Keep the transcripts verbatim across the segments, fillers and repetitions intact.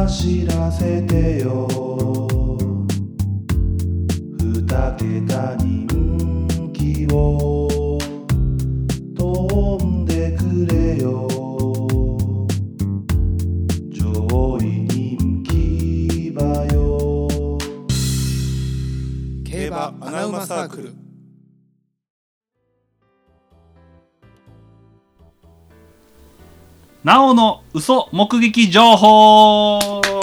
走らせてよ二桁人気を飛んでくれよ上位人気馬よ競馬アナウマサークル。 なおの嘘目撃情報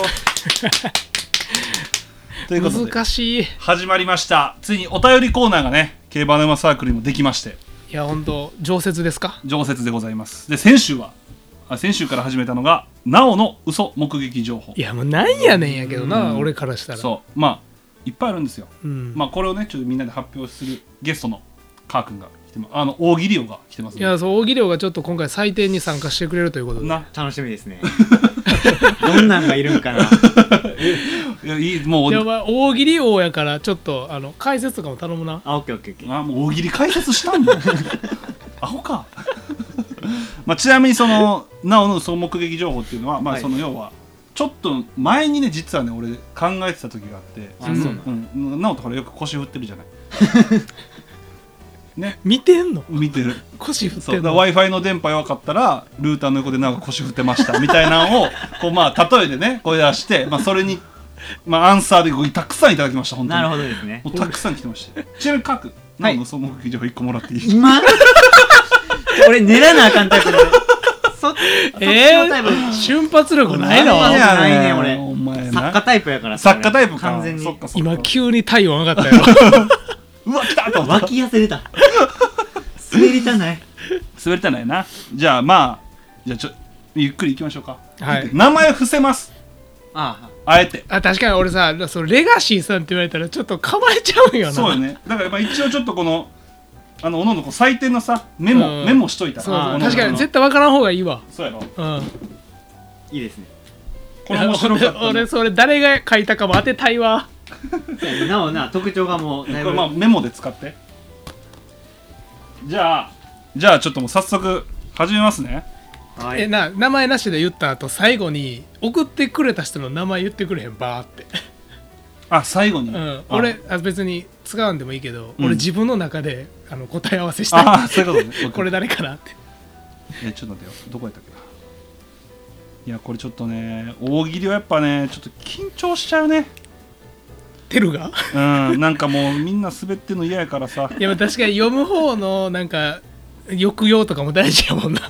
ということで難しい。 始まりました。ついにお便りコーナーがね競馬アナウマサークルにもできまして、 いや本当常設ですか。 常設でございます。で先週はあ先週から始めたのがなおの嘘目撃情報。 いやもうなんやねんやけどな、俺からしたら。 そうまあいっぱいあるんですよ、 うん、 まあこれをねちょっとみんなで発表するゲストのカー君が来てます。あの大喜利王が来てます、ね、 いやそう大喜利王がちょっと今回採点に参加してくれるということでな楽しみですねどんなんがいるんかな。 いやいいもういや、まあ、大喜利王やからちょっとあの解説とかも頼むな。 あ、オッケーオッケーオッケー。 あもう大喜利解説したんだアホかまあちなみにそのなおの嘘目撃情報っていうのは、まあ、その要はちょっと前にね実はね俺考えてた時があって、 あ、そうなの、 うん、なおとからよく腰振ってるじゃないね、 見てんの見てる腰振ってそうだんの。 Wi-Fi の電波弱かったらルーターの横でなんか腰振ってましたみたいなのをこうまあ例えでね声出して、まあ、それに、まあ、アンサーでごたくさんいただきました。本当になるほどですね。 もうたくさん来てましたちなみに書くなおの嘘目撃情報いっこもらっていい？ 今俺練らなあかんタイプでそ, そっちえのタイプ、 ー、瞬発力ないの。 いやないね俺お前な作家タイプやから作家タイプか完全にそっかそっか今急に体温上がったようわ来たと思った脇汗出た滑りたない滑りたないな。じゃあまあじゃあちょゆっくりいきましょうか。 はい名前伏せます。 ああえてあ確かに俺さそのレガシーさんって言われたらちょっと構えちゃうんよな。 そうよね。だからまあ一応ちょっとこのあのおのおのこう採点のさメモ、 うん、 メモしといたそうら確かに絶対分からん方がいいわ。 そうやろ。 うんいいですね。 これ面白かった俺, 俺それ誰が書いたかも当てたいわ。 なおな特徴がもうだいぶこれまあメモで使って。じゃあじゃあちょっともう早速始めますね。 はい、 えな名前なしで言った後最後に送ってくれた人の名前言ってくれへんバーってあ最後に、 うん、 あ俺あ別に使わんでもいいけど、 うん、 俺自分の中であの答え合わせしたい。 あそういうことねこれ誰かなって。 えちょっと待ってよどこやったっけな。いやこれちょっとね大喜利はやっぱねちょっと緊張しちゃうね。 テルがうんなんかもうみんな滑ってんの嫌やからさいや確かに読む方のなんか抑揚とかも大事やもんな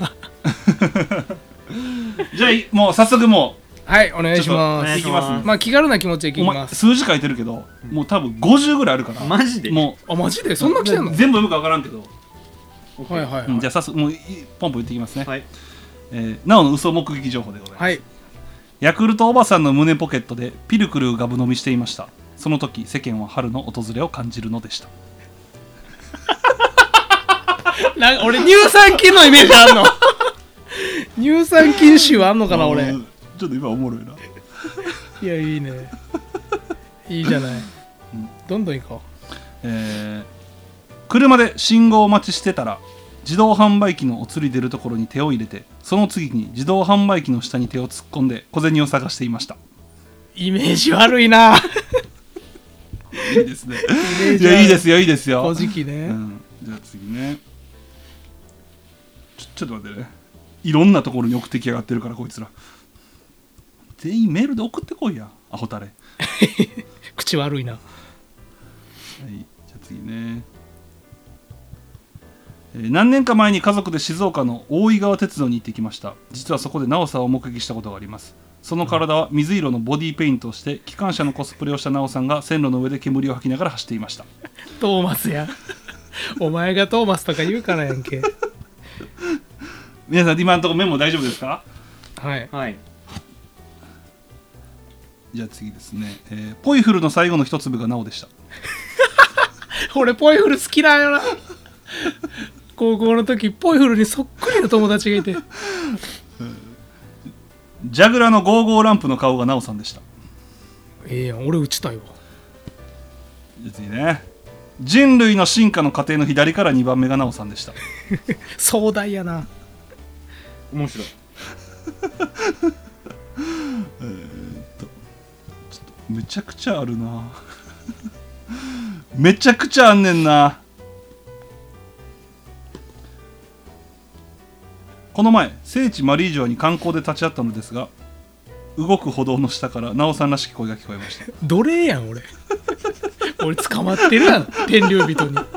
じゃあもう早速もうはいお願いします。 いきますね。 まあ気軽な気持ちでいきお前ます。 数字書いてるけど、うん、もう多分ごじゅうぐらいあるからマジでもうあマジでそんな来てんの。 全部読むか分からんけどはいはいはい、 うん、じゃあ早速もうポンポン言っていきますね、 はいえー、なおの嘘目撃情報でございます、 はい、 ヤクルトおばさんの胸ポケットでピルクルガブ飲みしていました。その時世間は春の訪れを感じるのでしたなんか俺乳酸菌のイメージあんの乳酸菌臭あんのかな俺。 ちょっと今おもろいな。 いやいいねいいじゃない、うん、どんどん行こう。 えー、車で信号待ちしてたら自動販売機のお釣り出るところに手を入れてその次に自動販売機の下に手を突っ込んで小銭を探していました。 イメージ悪いな。 いいですね。いやいいですよいいですよ。 小じきね、 うん、じゃあ次ねちょ、ちょっと待ってね。いろんなところに送ってきやがってるからこいつら全員メールで送ってこいやアホタレ口悪いな。 はいじゃあ次ね、えー、何年か前に家族で静岡の大井川鉄道に行ってきました。実はそこで直さんを目撃したことがあります。その体は水色のボディペイントをして機関車のコスプレをした直さんが線路の上で煙を吐きながら走っていました。 トーマスやお前がトーマスとか言うからやんけ。 皆さん今のところメモ大丈夫ですか？ はいはいじゃあ次ですね、えー、ポイフルの最後の一粒がなおでした俺ポイフル好きなんよな高校の時ポイフルにそっくりの友達がいてジャグラのゴーゴーランプの顔がなおさんでした。 ええやん俺打ちたいわ。 じゃあ次ね、人類の進化の過程の左からにばんめがなおさんでした壮大やな。 面白いえーめちゃくちゃあるなめちゃくちゃあんねんな。この前聖地マリージョアに観光で立ち会ったのですが、動く歩道の下からナオさんらしき声が聞こえました。 奴隷やん俺俺捕まってるやん天竜人に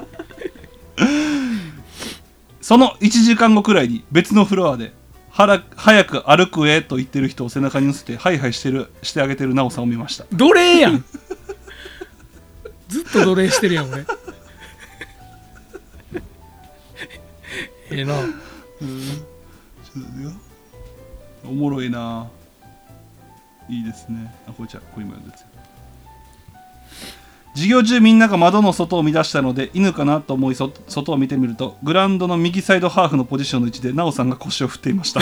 そのいちじかんごくらいに別のフロアでは早く歩くえと言ってる人を背中に乗せてハイハイしてるしてあげてるナオさんを見ました。 奴隷やんずっと奴隷してるやん俺ええな。 うんちょっとよおもろいな。いいですね。あ、これじゃこれ今読んだやつ。授業中みんなが窓の外を見出したので犬かなと思いそ外を見てみると、グラウンドの右サイドハーフのポジションの位置でナオさんが腰を振っていました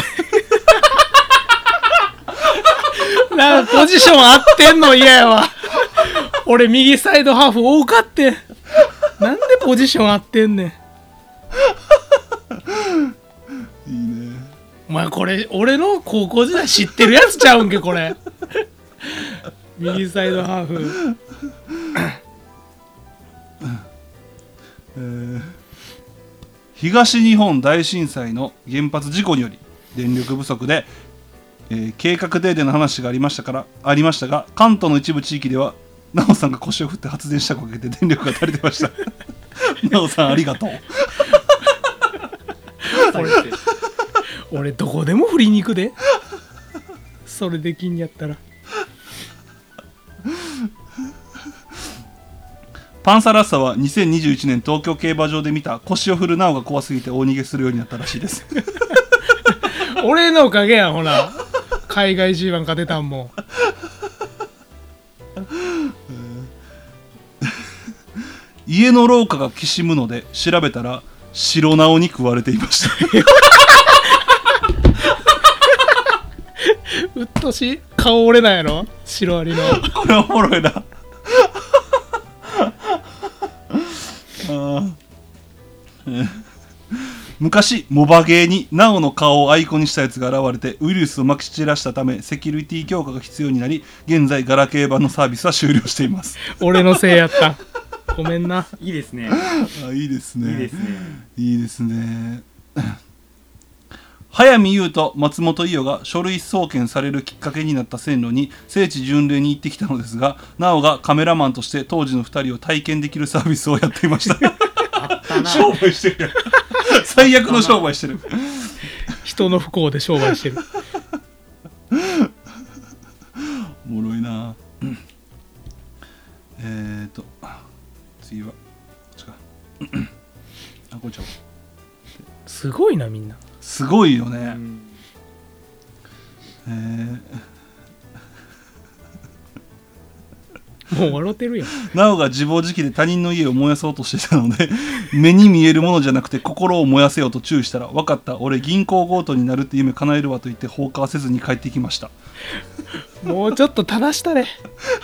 なんかポジション合ってんの嫌やわ俺右サイドハーフ多かってん。なんでポジション合ってんねん。 いいね。 お前これ俺の高校時代知ってるやつちゃうんけこれ右サイドハーフえー東日本大震災の原発事故により電力不足で、えー計画停電の話がありましたからありましたが、関東の一部地域ではナオさんが腰を振って発電したおかげで電力が足りてましたナオさんありがとう俺俺どこでも振りに行くでそれできんやったら。 パンサラッサはにせんにじゅういちねん東京競馬場で見た腰を振るナオが怖すぎて大逃げするようになったらしいです俺のおかげやんほら海外 ジーワン 勝てたんも家の廊下がきしむので調べたら白ナオに食われていましたうっとしい顔折れないやろシロアリのこれおもろいなあ昔モバゲーにナオの顔をアイコンにしたやつが現れてウイルスをまき散らしたためセキュリティ強化が必要になり、現在ガラケー版のサービスは終了しています。 俺のせいやったごめんな。 いいですね。 あ、いいですね。 いいですね。 いいですね。早見優と松本伊代が書類送検されるきっかけになった線路に聖地巡礼に行ってきたのですが、なおがカメラマンとして当時のふたりを体験できるサービスをやっていました。 あったな。 商売してるやん。最悪の商売してる。 人の不幸で商売してる。 おもろいな。えーと次はこっちか。あ、こっちゃう。 すごいなみんな。 すごいよね。 うんえーもう笑ってるやん。 なおが自暴自棄で他人の家を燃やそうとしていたので目に見えるものじゃなくて心を燃やせよと注意したら、分かった、俺銀行強盗になるって夢叶えるわと言って放火はせずに帰ってきました。 もうちょっと正したれ。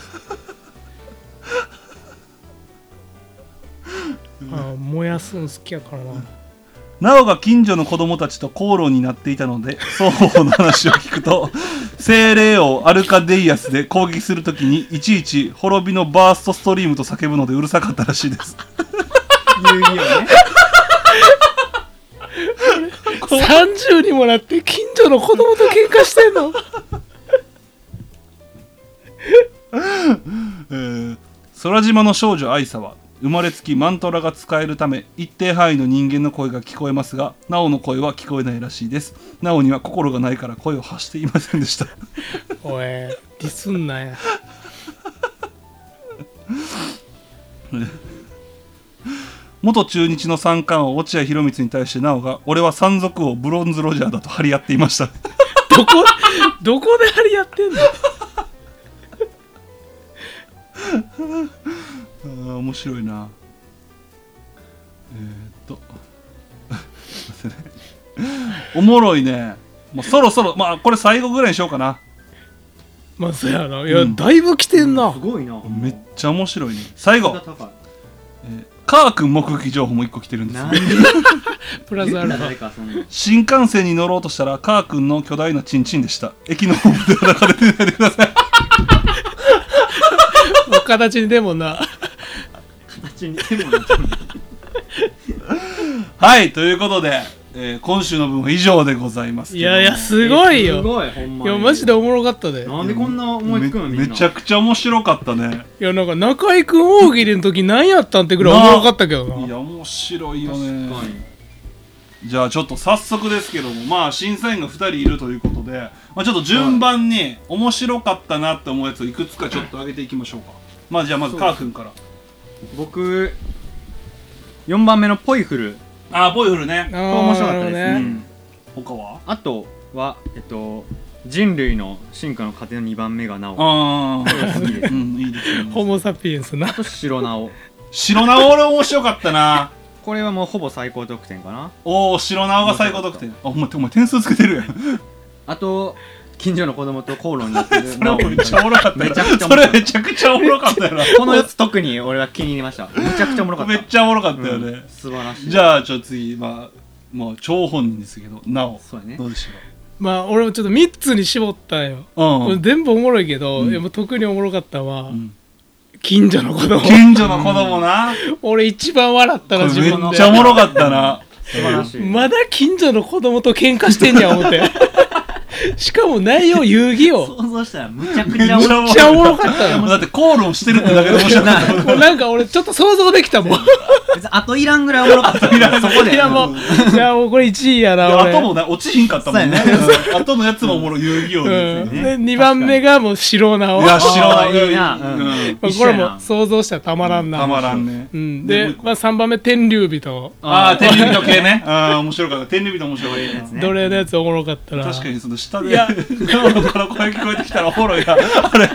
ああ、燃やすん好きやからな。 なおが近所の子供たちと口論になっていたので双方の話を聞くと、精霊王アルカデイアスで攻撃するときにいちいち滅びのバーストストリームと叫ぶのでうるさかったらしいです。 遊戯王ね。 さんじゅうにもなって近所の子供と喧嘩してんの。 えー、空島の少女アイサは生まれつきマントラが使えるため一定範囲の人間の声が聞こえますが、ナオの声は聞こえないらしいです。ナオには心がないから声を発していませんでした。 おい、ディスんなや。 元中日の三冠王落合博満に対してナオが、俺は山賊王ブロンズロジャーだと張り合っていました。 どこどこで張り合ってんの。 あー面白いな。えー、っとすいませんね。おもろいね。もうそろそろ、まあこれ最後ぐらいにしようかな。 まあそうやな。いや、 うんだいぶ来てんな。 すごいな。 めっちゃ面白いね。最後、 高い。 えー、カー君目撃情報もいっこ来てるんですよ。 なんでプラスアルフ誰ァ。 かその新幹線に乗ろうとしたらカー君の巨大なチンチンでした。駅のホームでは泣かれてないでください。 形にでもな。 形にでもなっちゃう。 はいということで、えー、今週の分は以上でございますけども。 いやいやすごいよ。 すごいほんまに。 いやマジでおもろかったで。 なんでこんな思いつくのみんな。 めめちゃくちゃ面白かったね。 いやなんか中居君大喜利の時何やったんってぐらいおもろかったけどな。 いや面白いよね。 確かに。 じゃあちょっと早速ですけども、まあ審査員がふたりいるということで、まあ、ちょっと順番に面白かったなって思うやつをいくつかちょっと上げていきましょうか。まあじゃあまずカー君から。 僕よんばんめのポイフル。 あーポイフルね。 あー面白かったですね。 なるほどうん他はあとはえっと人類の進化の過程のにばんめがなお。 ああ好きです。 うんいいですね。 ホモサピエンスな。 あと白なお。 白直俺面白かったな。 これはもうほぼ最高得点かな。 おお白直が最高得点。あお前お前点数つけてるやん。 あと近所の子供と口論になってるそれめっちゃおもろかったよ。 めちゃくちゃおそもろかったれめちゃくちゃおもろかったよな。 このよっつ特に俺は気に入りました。めちゃくちゃおもろかった。 めっちゃおもろかったよね。 うん素晴らしい。 じゃあちょっと次まあもう張本人ですけどなおそうやねどうでしまあ俺もちょっとみっつに絞ったんよ。 ょう。 これ全部おもろいけど、 うんいやもう特におもろかったのは、 ん近所の子供。 近所の子供な。 俺一番笑ったなこれ自分で。 めっちゃおもろかったな。 素晴らしい。 まだ近所の子供と喧嘩してんじゃん思って。しかも内容遊戯王。 想像したらむちゃくちゃおもろい。 めっちゃおもろかったよ。 だって口論してるってだけで面白かった。 もうなんか俺ちょっと想像できたもん。 別にあといらんぐらいおもろかった。いらんそこで。 いやもう、いやもうこれいちいやな、 で俺。 後もね落ちひんかったもんね。 そうやうん後のやつもおもろい遊戯王ですよね。 うん、でにばんめがもう白なお。 いや白あーな。 いいなうんうんまあ一これ緒やなも想像したらたまらんな。 たまらんね。 うん、ででもう一、個まあ、さんばんめ天竜人。 ああ天竜人系ね。ああ面白かった。天竜人面白かったな。 ね奴隷のやつおもろかったな。 確かにその下でいや道路から声聞こえてきたらおもろいな。あれ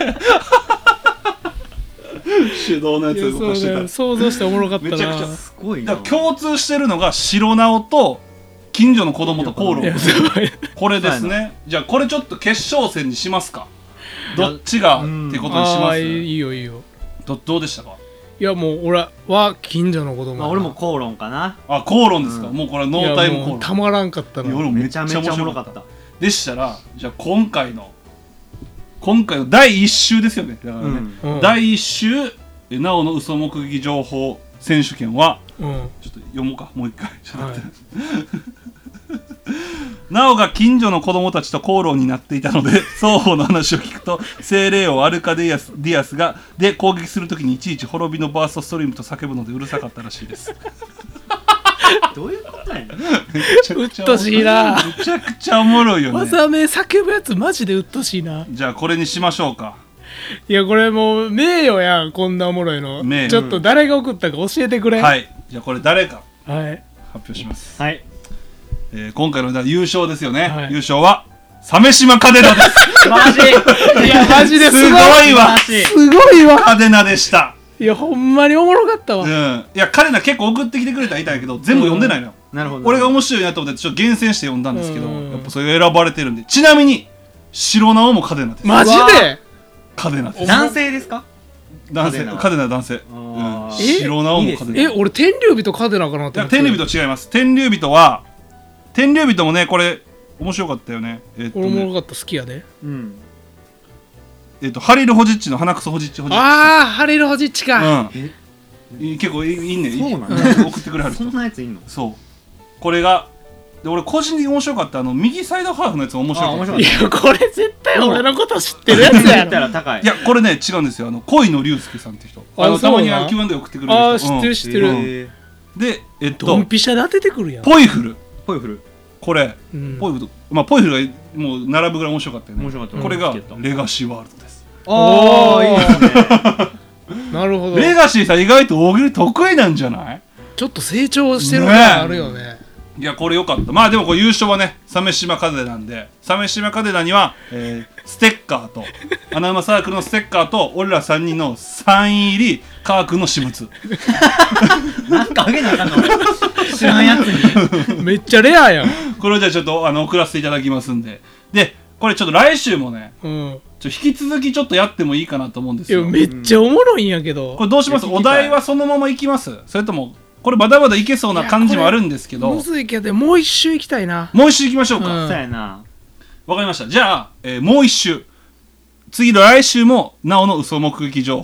手動のやいやつ動そうだよかしてた。 想像しておもろかったな。 めちゃくちゃすごいな。 だから共通してるのが白直と近所の子供と口論い。やすごい。 これですそうやね。じゃあこれちょっと決勝戦にしますか。どっちがってことにしああます。 いいよいいよ。 どどうでしたか。 いやもう俺は近所の子供やな。 まあ俺も口論かな。 あ口論ですか。 うんもうこれはノータイムいやもう口論。 たまらんかったな。 夜もめっちゃめちゃめちゃ面白かっ。 おもろかったた。 でしたらじゃあ今回の今回のだいいっ週ですよね。だからね。 うんうんだいいっ週えなおの嘘目撃情報選手権はうん。 ちょっと読もうかもう一回ちょっと待って、 はなおが近所の子供たちと口論になっていたので双方の話を聞くと精霊王アルカディアスディアスがで攻撃するときにいちいち滅びのバーストストリームと叫ぶのでうるさかったらしいですどういうことやねん。 うっとしいな。 めちゃくちゃおもろいよね。 技名叫ぶやつマジでうっとしいな。 じゃあこれにしましょうか。 いやこれもう名誉やんこんなおもろいの。 名誉ちょっと誰が送ったか教えてくれ。。 はいいじゃあこれ誰かはい。 発表します、 はい。 えー今回の優勝ですよね、 はい優勝は鮫島嘉手納ですマジ。 いやマジですごい。 すごいわマジ。 すごいわ。 嘉手納でしたいやほんまにおもろかったわ。 うんいや彼ら結構送ってきてくれたらいたんやけど全部読んでないのよ、 なるほど。 俺が面白いなと思ってちょっと厳選して読んだんですけど、 うんやっぱそれが選ばれてるんでちなみに白直も嘉手納ですマジで。 嘉手納です男性ですか？ 男性嘉手納嘉手納男性、 あーうん、 え白直も嘉手納え俺天竜人カデナかなと思って。 天竜人違います天竜人は天竜人もねこれ面白かったよねえっとね俺おもろかった好きやで。 うん。 えっとハリル・ホジッチの鼻くそホジッチホジッチああハレルホジッチか。 うんい結構いいいいねそうなんい送ってくれはるそ人んなやついんの？ そうこれがで俺個人的に面白かったあの右サイドハーフのやつ面白かったあ面白いやこれ絶対俺のこと知ってるやつや言ったろ。 ら高い。 いやこれね違うんですよあの恋の龍介さんって人ああのたまにそうなんキューアンドエー 送ってくれる人ああ知ってる知ってる。 うんへでえっドとンピシャで当ててくるやん。 ポイフルーポイフル。 これうんポイフルまあポイフルがもう並ぶぐらい面白かったよね面白かった。 これがチケットレガシーワールドですああいいですね。 なるほど。 レガシーさん意外と大喜利得意なんじゃないちょっと成長してる感あるよね。 いやこれよかったまあでもこれ優勝はね鮫島嘉手なんで鮫島嘉手には、えー、ステッカーと穴馬サークルのステッカーと俺らさんにんのサイン入りカー君の私物なんかあげなあかんの俺。知らんやつに。 めっちゃレアやん。 これをじゃあちょっとあの送らせていただきますんででこれちょっと来週もねうん。 ちょ引き続きちょっとやってもいいかなと思うんですいやよめっちゃおもろいんやけど。 これどうしますいや聞きたいお題はそのままいきますそれともこれまだまだいけそうな感じもあるんですけどむずいけどもう一周行きたいな。 もう一周いきましょうかわ、 うんそうやな。 かりましたじゃあ、えーもう一周次の来週もなおの嘘目撃情報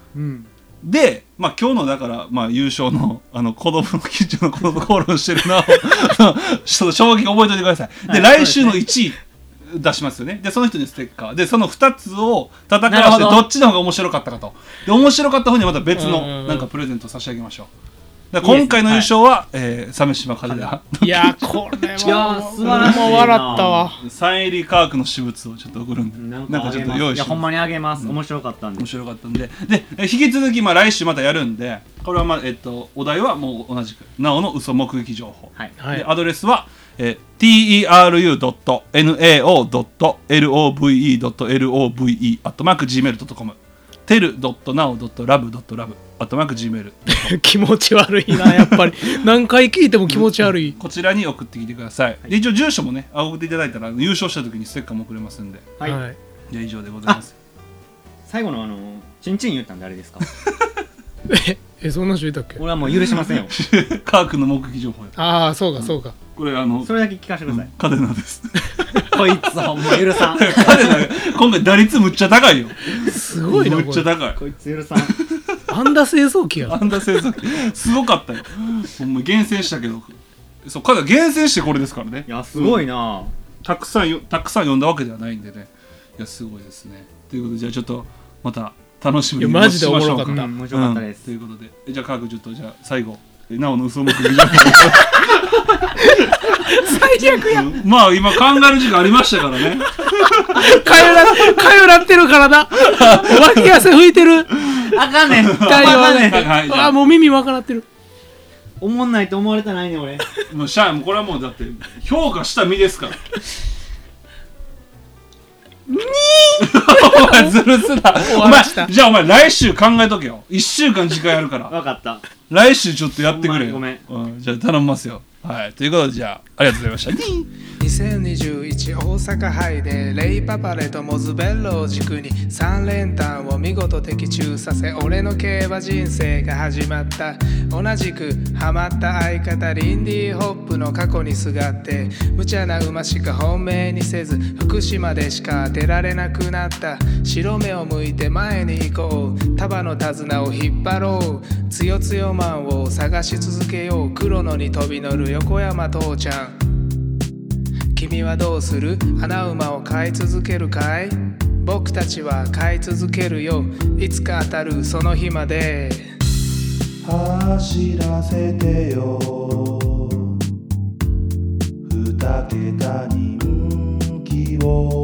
うんで、まあ、今日のだから、まあ、優勝のあの子供の基準の子供コールをしてるのをちょっと衝撃覚えておいてください。で、 はい来週のいちい出しますよね。でその人にステッカーでそのふたつを戦わなるほどせてどっちの方が面白かったかと。で面白かった方にはまた別うんうんうのんなんかプレゼント差し上げましょう。だから今回の優勝は、えー、鮫島風田いやこれいやはー素晴らしいなもう笑ったわ。 サイン入り科学の私物をちょっと送るんでなんなんかちょっと用意していやほんまにあげます、面白かったんで面白かったんででえ引き続きまあ来週またやるんでこれはまあえっとお題はもう同じくなおの嘘目撃情報、 はいはいでアドレスは、えー、ティーイーアールユードットナオドットロブイドットロブイ アットマーク ジーメールドットコム テルドットナオドットラブドットラブ アットマーク ジーメール気持ち悪いなやっぱり何回聞いても気持ち悪い。 こちらに送ってきてください。で一応住所もね送っていただいたら優勝した時にステッカーも送れますんではい、 はいじゃあ以上でございます。 最後のあのチンチン言ったんであれですかええそんな人いたっけ。 俺はもう許しませんよ科学の目撃情報よああそうかそうか。 これあのそれだけ聞かせてください、 カデナですこいつほんま許さんカデナ今回打率むっちゃ高いよすごいなむっこれ。 ちゃ高いこいつ許さんアンダ清掃機やアンダー製造機すごかったよほんま厳選したけどそう彼が厳選してこれですからねいやすごいな、 たくさんよたくさん読んだわけではないんでねいやすごいですねということでじゃあちょっとまた楽しみにいやマジでおもろかったしましょううん、面白かったです、 うんということでえじゃあ科学ちょっとじゃあ最後えなおの嘘目撃情報最悪や。 うんまあ今考える時間ありましたからねかゆらかゆらってる体。脇汗拭いてる。 あかんねん太陽あかんねんはいはいじゃああもう耳わからってる。 おもんないと思われたないねん俺もうシャーもうこれはもうだって評価した身ですからお前ずるすなお前終わらしたじゃあお前来週考えとけよいっしゅうかん時間やるから分かった来週ちょっとやってくれよごめんうん、じゃあ頼みますよはいということでじゃあありがとうございましたにせんにじゅういち大阪杯でレイパパレとモズベッロを軸にさん連単を見事的中させ俺の競馬人生が始まった。同じくハマった相方リンディホップの過去にすがって無茶な馬しか本命にせず福島でしか当てられなくなった。白目を向いて前に行こう束の手綱を引っ張ろうつよつよマンを探し続けよう黒野に飛び乗る横山父ちゃん。君はどうする？穴馬を飼い続けるかい？僕たちは飼い続けるよ。いつか当たるその日まで。 走らせてよ二桁人気を